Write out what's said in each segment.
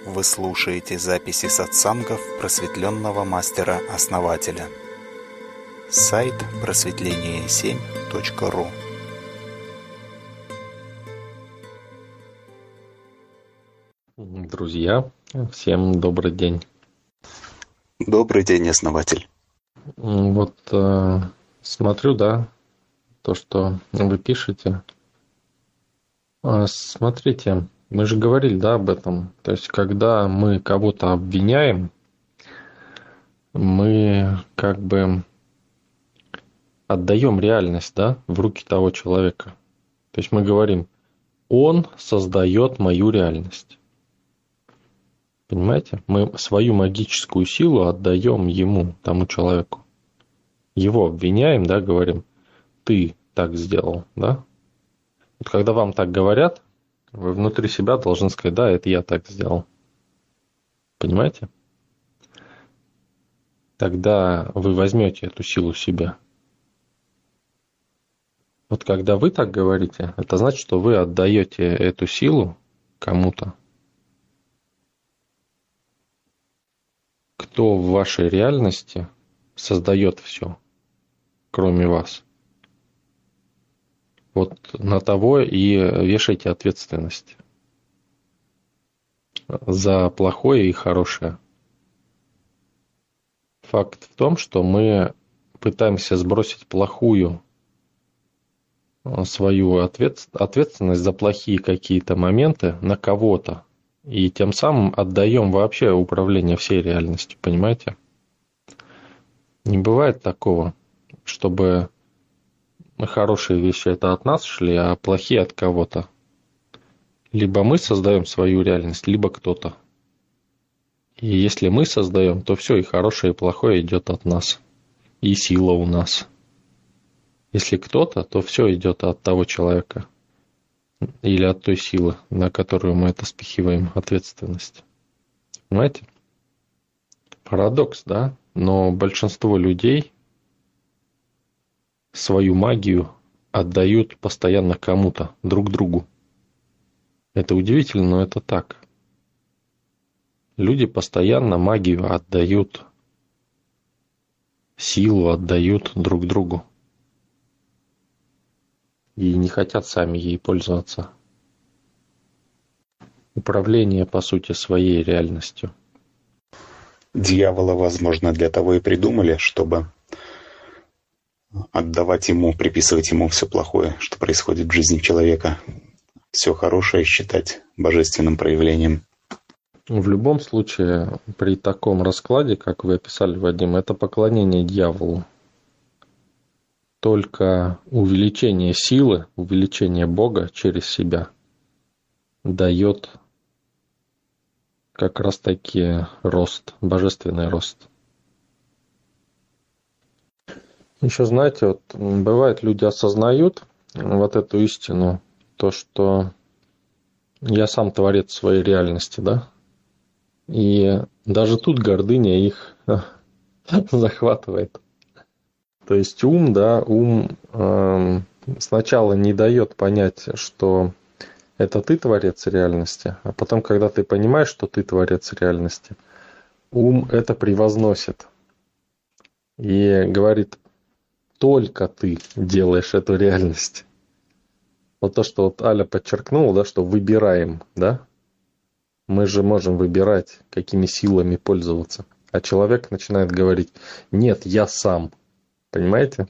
Вы слушаете записи сатсангов просветленного мастера-основателя. Сайт просветление7.ру. Друзья, всем добрый день. Добрый день, основатель. Вот смотрю, да, то, что вы пишете. Смотрите, мы же говорили, да, об этом. То есть, когда мы кого-то обвиняем, мы как бы отдаем реальность, да, в руки того человека. То есть мы говорим, он создает мою реальность. Понимаете? Мы свою магическую силу отдаем ему, тому человеку. Его обвиняем, да, говорим, ты так сделал, да? Вот когда вам так говорят, вы внутри себя должны сказать, да, это я так сделал. Понимаете? Тогда вы возьмете эту силу в себя. Вот когда вы так говорите, это значит, что вы отдаете эту силу кому-то, кто в вашей реальности создает все, кроме вас. Вот на того и вешайте ответственность за плохое и хорошее. Факт в том, что мы пытаемся сбросить плохую свою ответственность за плохие какие-то моменты на кого-то. И тем самым отдаем вообще управление всей реальностью, понимаете? Не бывает такого, чтобы хорошие вещи это от нас шли, а плохие от кого-то. Либо мы создаем свою реальность, либо кто-то. И если мы создаем, то все, и хорошее, и плохое идет от нас. И сила у нас. Если кто-то, то все идет от того человека. Или от той силы, на которую мы это спихиваем ответственность. Понимаете? Парадокс, да? Но большинство людей свою магию отдают постоянно кому-то, друг другу. Это удивительно, но это так. Люди постоянно магию отдают, силу отдают друг другу. И не хотят сами ей пользоваться. Управление, по сути, своей реальностью. Дьявола, возможно, для того и придумали, чтобы отдавать ему, приписывать ему все плохое, что происходит в жизни человека. Все хорошее считать божественным проявлением. В любом случае, при таком раскладе, как вы описали, Вадим, это поклонение дьяволу. Только увеличение силы, увеличение Бога через себя дает как раз таки рост, божественный рост. Еще, знаете, вот бывает, люди осознают вот эту истину, то, что я сам творец своей реальности, да? И даже тут гордыня их захватывает. То есть ум, да, сначала не дает понять, что это ты творец реальности, а потом, когда ты понимаешь, что ты творец реальности, ум это превозносит и говорит, только ты делаешь эту реальность. Вот то, что вот Аля подчеркнула, да, что выбираем, да, мы же можем выбирать, какими силами пользоваться, а человек начинает говорить, нет, я сам. Понимаете?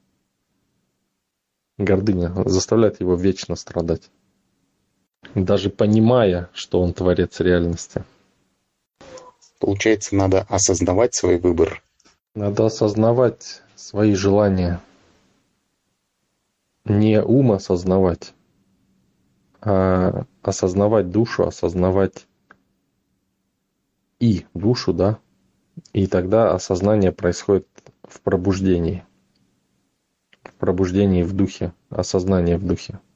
Гордыня заставляет его вечно страдать. Даже понимая, что он творец реальности. Получается, надо осознавать свой выбор. Надо осознавать свои желания. Не ум осознавать, а осознавать душу, осознавать и душу, да? И тогда осознание происходит в пробуждении. В пробуждении в духе, осознание в духе.